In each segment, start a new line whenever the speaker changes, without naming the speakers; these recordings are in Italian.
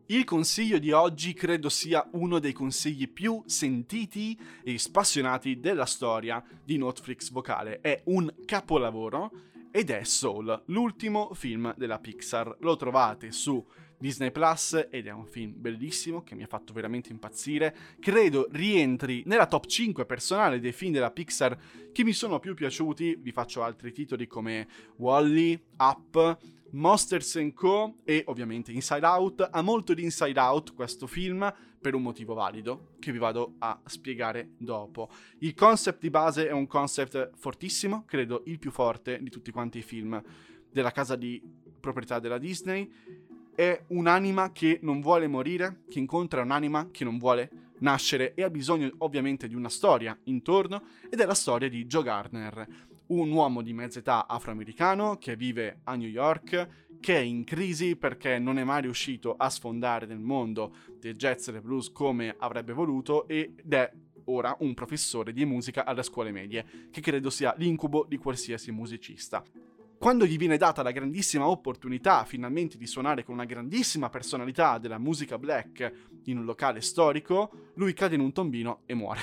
Il consiglio di oggi credo sia uno dei consigli più sentiti e spassionati della storia di Netflix vocale. È un capolavoro ed è Soul, l'ultimo film della Pixar. Lo trovate su Disney Plus ed è un film bellissimo che mi ha fatto veramente impazzire. Credo rientri nella top 5 personale dei film della Pixar che mi sono più piaciuti. Vi faccio altri titoli come Wall-E, Up, Monsters & Co. e ovviamente Inside Out. Ha molto di Inside Out questo film per un motivo valido che vi vado a spiegare dopo. Il concept di base è un concept fortissimo, credo il più forte di tutti quanti i film della casa di proprietà della Disney. È un'anima che non vuole morire, che incontra un'anima che non vuole nascere e ha bisogno ovviamente di una storia intorno, ed è la storia di Joe Gardner, un uomo di mezza età afroamericano che vive a New York, che è in crisi perché non è mai riuscito a sfondare nel mondo del jazz e del blues come avrebbe voluto ed è ora un professore di musica alle scuole medie, che credo sia l'incubo di qualsiasi musicista. Quando gli viene data la grandissima opportunità finalmente di suonare con una grandissima personalità della musica black in un locale storico, lui cade in un tombino e muore.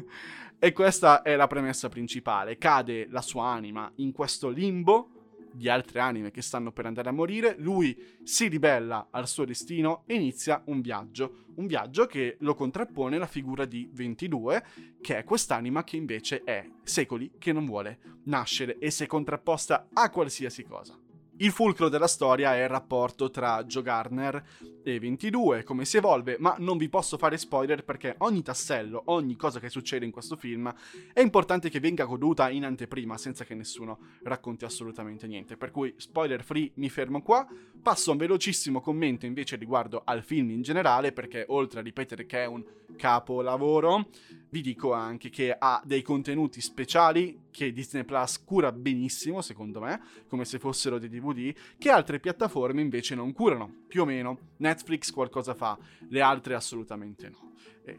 E questa è la premessa principale. Cade la sua anima in questo limbo di altre anime che stanno per andare a morire, lui si ribella al suo destino e inizia un viaggio che lo contrappone la figura di 22, che è quest'anima che invece è secoli che non vuole nascere e si è contrapposta a qualsiasi cosa. Il fulcro della storia è il rapporto tra Joe Gardner e 22, come si evolve, ma non vi posso fare spoiler perché ogni tassello, ogni cosa che succede in questo film è importante che venga goduta in anteprima senza che nessuno racconti assolutamente niente. Per cui spoiler free, mi fermo qua, passo a un velocissimo commento invece riguardo al film in generale, perché oltre a ripetere che è un capolavoro, vi dico anche che ha dei contenuti speciali che Disney Plus cura benissimo, secondo me, come se fossero dei DVD, che altre piattaforme invece non curano, più o meno. Netflix qualcosa fa, le altre assolutamente no.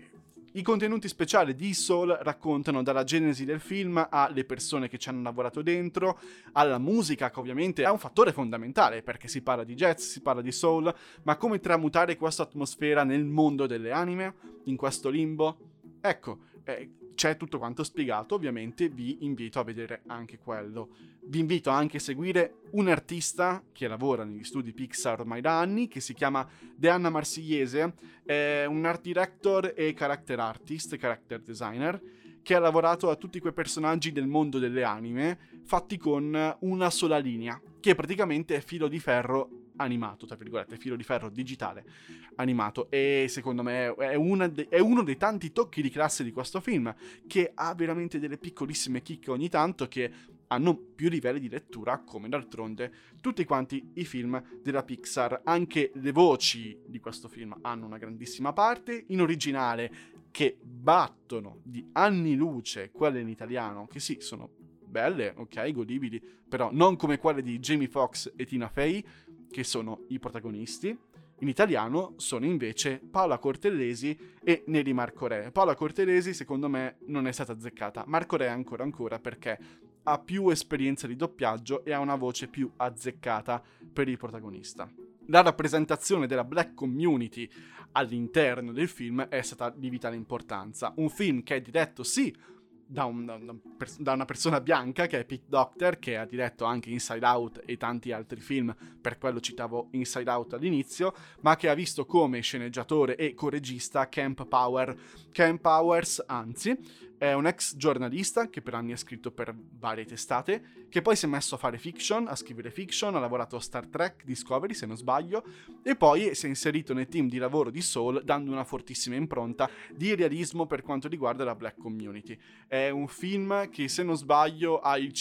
I contenuti speciali di Soul raccontano dalla genesi del film alle persone che ci hanno lavorato dentro, alla musica che ovviamente è un fattore fondamentale perché si parla di jazz, si parla di soul, ma come tramutare questa atmosfera nel mondo delle anime, in questo limbo? Ecco, c'è tutto quanto spiegato, ovviamente vi invito a vedere anche quello. Vi invito anche a seguire un artista che lavora negli studi Pixar ormai da anni, che si chiama Deanna Marsigliese, è un art director e character artist, character designer, che ha lavorato a tutti quei personaggi del mondo delle anime, fatti con una sola linea, che praticamente è filo di ferro animato, tra virgolette, filo di ferro digitale animato, e secondo me è uno dei tanti tocchi di classe di questo film, che ha veramente delle piccolissime chicche ogni tanto che hanno più livelli di lettura, come d'altronde tutti quanti i film della Pixar. Anche le voci di questo film hanno una grandissima parte in originale, che battono di anni luce quelle in italiano, che sì, sono belle, ok, godibili, però non come quelle di Jamie Foxx e Tina Fey, che sono i protagonisti. In italiano sono invece Paola Cortellesi e Neri Marco Re. Paola Cortellesi secondo me non è stata azzeccata, Marco Re ancora perché ha più esperienza di doppiaggio e ha una voce più azzeccata per il protagonista. La rappresentazione della black community all'interno del film è stata di vitale importanza. Un film che è diretto sì da una persona bianca, che è Pete Docter, che ha diretto anche Inside Out e tanti altri film, per quello citavo Inside Out all'inizio, ma che ha visto come sceneggiatore e coregista Kemp Powers, anzi, è un ex giornalista che per anni ha scritto per varie testate, che poi si è messo a fare fiction, a scrivere fiction, ha lavorato a Star Trek Discovery se non sbaglio, e poi si è inserito nel team di lavoro di Soul dando una fortissima impronta di realismo per quanto riguarda la black community. È un film che se non sbaglio ha il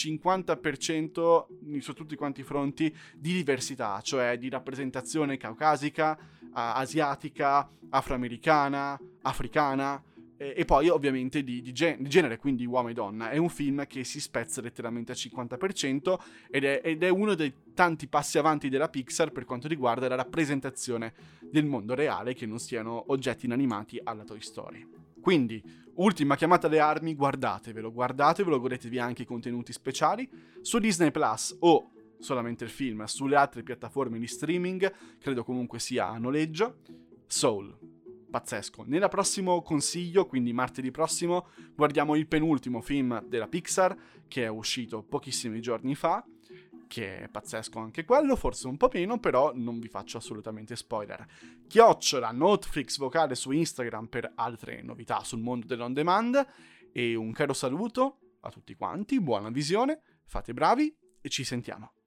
50% su tutti quanti i fronti di diversità, cioè di rappresentazione caucasica, asiatica, afroamericana, africana, e poi ovviamente di genere, quindi uomo e donna. È un film che si spezza letteralmente al 50% ed è uno dei tanti passi avanti della Pixar per quanto riguarda la rappresentazione del mondo reale, che non siano oggetti inanimati alla Toy Story. Quindi, ultima chiamata alle armi, guardatevelo, godetevi anche i contenuti speciali su Disney Plus o solamente il film sulle altre piattaforme di streaming, credo comunque sia a noleggio. Soul. Pazzesco. Nel prossimo consiglio, quindi martedì prossimo, guardiamo il penultimo film della Pixar, che è uscito pochissimi giorni fa, che è pazzesco anche quello, forse un po' meno, però non vi faccio assolutamente spoiler. @Notflix vocale su Instagram per altre novità sul mondo dell'on demand, e un caro saluto a tutti quanti, buona visione, fate bravi e ci sentiamo.